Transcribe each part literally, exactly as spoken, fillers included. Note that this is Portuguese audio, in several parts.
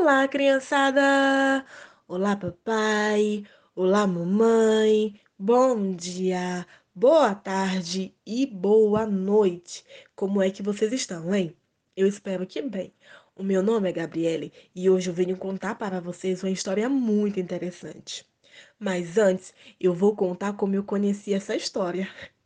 Olá, criançada! Olá, papai! Olá, mamãe! Bom dia, boa tarde e boa noite! Como é que vocês estão, hein? Eu espero que bem. O meu nome é Gabriele e hoje eu venho contar para vocês uma história muito interessante. Mas antes, eu vou contar como eu conheci essa história.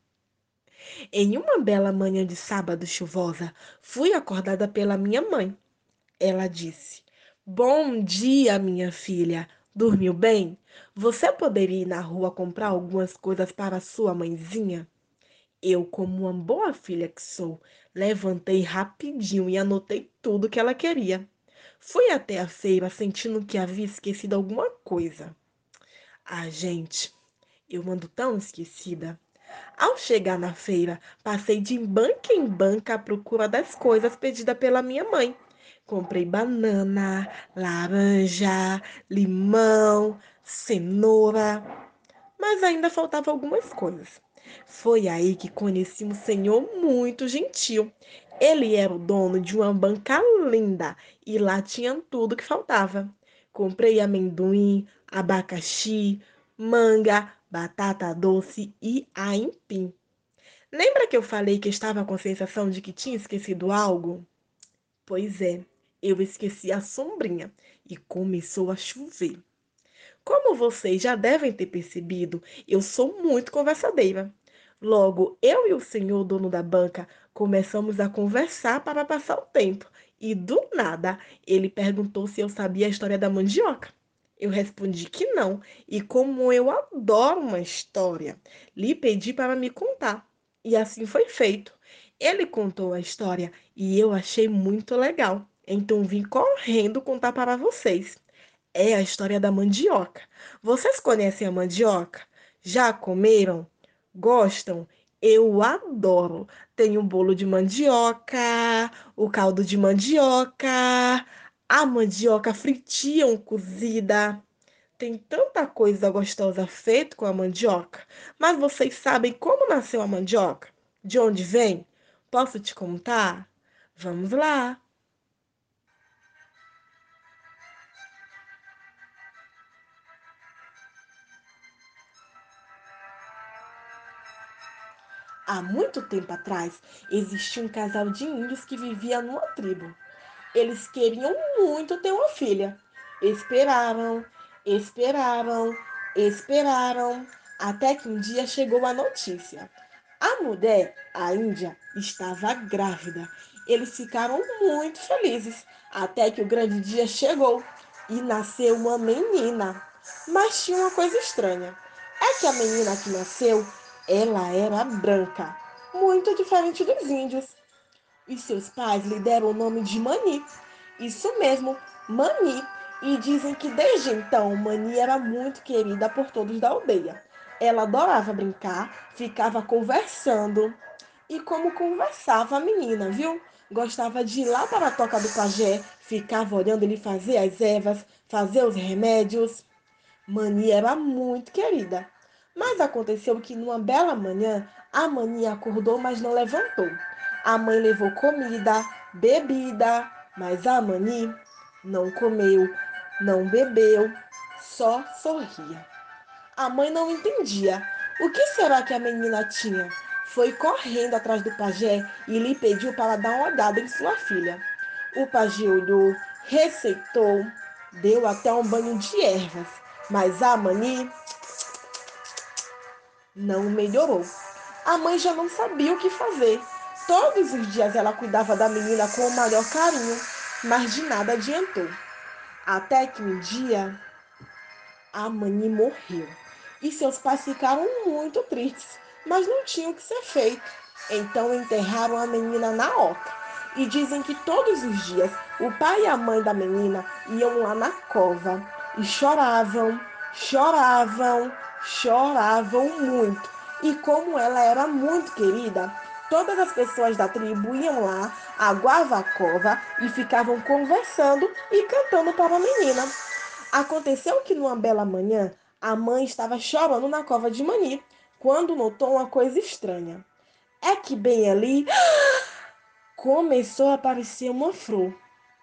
Em uma bela manhã de sábado chuvosa, fui acordada pela minha mãe. Ela disse: Bom dia, minha filha. Dormiu bem? Você poderia ir na rua comprar algumas coisas para sua mãezinha? Eu, como uma boa filha que sou, levantei rapidinho e anotei tudo que ela queria. Fui até a feira sentindo que havia esquecido alguma coisa. Ah, gente, eu ando tão esquecida. Ao chegar na feira, passei de banca em banca à procura das coisas pedidas pela minha mãe. Comprei banana, laranja, limão, cenoura, mas ainda faltavam algumas coisas. Foi aí que conheci um senhor muito gentil. Ele era o dono de uma banca linda e lá tinha tudo que faltava. Comprei amendoim, abacaxi, manga, batata doce e aipim. Lembra que eu falei que estava com a sensação de que tinha esquecido algo? Pois é, eu esqueci a sombrinha e começou a chover. Como vocês já devem ter percebido, eu sou muito conversadeira. Logo, eu e o senhor dono da banca começamos a conversar para passar o tempo. E do nada, ele perguntou se eu sabia a história da mandioca. Eu respondi que não, e como eu adoro uma história, lhe pedi para me contar. E assim foi feito. Ele contou a história e eu achei muito legal. Então vim correndo contar para vocês. É a história da mandioca. Vocês conhecem a mandioca? Já comeram? Gostam? Eu adoro. Tem o bolo de mandioca, o caldo de mandioca, a mandioca fritinha ou cozida. Tem tanta coisa gostosa feita com a mandioca. Mas vocês sabem como nasceu a mandioca? De onde vem? Posso te contar? Vamos lá. Há muito tempo atrás, existia um casal de índios que vivia numa tribo. Eles queriam muito ter uma filha. Esperaram, esperaram, esperaram, até que um dia chegou a notícia. A mulher, a índia, estava grávida. Eles ficaram muito felizes, até que o grande dia chegou e nasceu uma menina. Mas tinha uma coisa estranha. É que a menina que nasceu, ela era branca, muito diferente dos índios. E seus pais lhe deram o nome de Mani. Isso mesmo, Mani. E dizem que desde então Mani era muito querida por todos da aldeia. Ela adorava brincar, ficava conversando. E como conversava a menina, viu? Gostava de ir lá para a toca do pajé, ficava olhando ele fazer as ervas, fazer os remédios. Mani era muito querida. Mas aconteceu que numa bela manhã, a Mani acordou, mas não levantou. A mãe levou comida, bebida, mas a Mani não comeu, não bebeu, só sorria. A mãe não entendia. O que será que a menina tinha? Foi correndo atrás do pajé e lhe pediu para dar uma olhada em sua filha. O pajé olhou, receitou, deu até um banho de ervas, mas a Mani não melhorou. A mãe já não sabia o que fazer. Todos os dias ela cuidava da menina com o maior carinho, mas de nada adiantou. Até que um dia a Mani morreu. E seus pais ficaram muito tristes, mas não tinham o que ser feito. Então enterraram a menina na oca. E dizem que todos os dias o pai e a mãe da menina iam lá na cova e choravam, choravam, choravam muito. E como ela era muito querida, todas as pessoas da tribo iam lá, aguavam a cova e ficavam conversando e cantando para a menina. Aconteceu que numa bela manhã, a mãe estava chorando na cova de Mani, quando notou uma coisa estranha. É que bem ali começou a aparecer uma flor.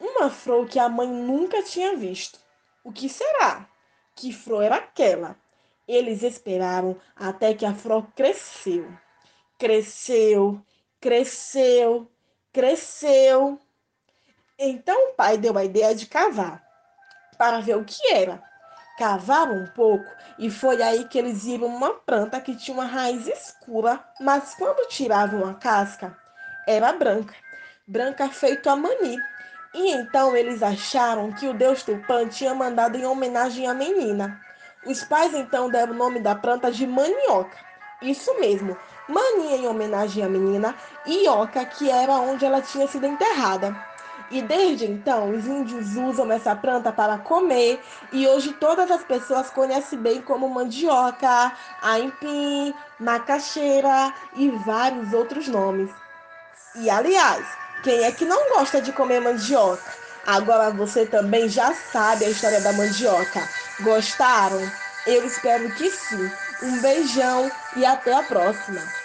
uma flor que a mãe nunca tinha visto. O que será? Que flor era aquela? Eles esperaram até que a flor cresceu. Cresceu, cresceu, cresceu. Então o pai deu a ideia de cavar para ver o que era. Cavaram um pouco e foi aí que eles viram uma planta que tinha uma raiz escura, mas quando tiravam a casca, era branca, branca feito a mani. E então eles acharam que o deus Tupã tinha mandado em homenagem à menina. Os pais então deram o nome da planta de manioca. Isso mesmo, mani em homenagem à menina e oca, que era onde ela tinha sido enterrada. E desde então, os índios usam essa planta para comer e hoje todas as pessoas conhecem bem como mandioca, aipim, macaxeira e vários outros nomes. E aliás, quem é que não gosta de comer mandioca? Agora você também já sabe a história da mandioca. Gostaram? Eu espero que sim. Um beijão e até a próxima.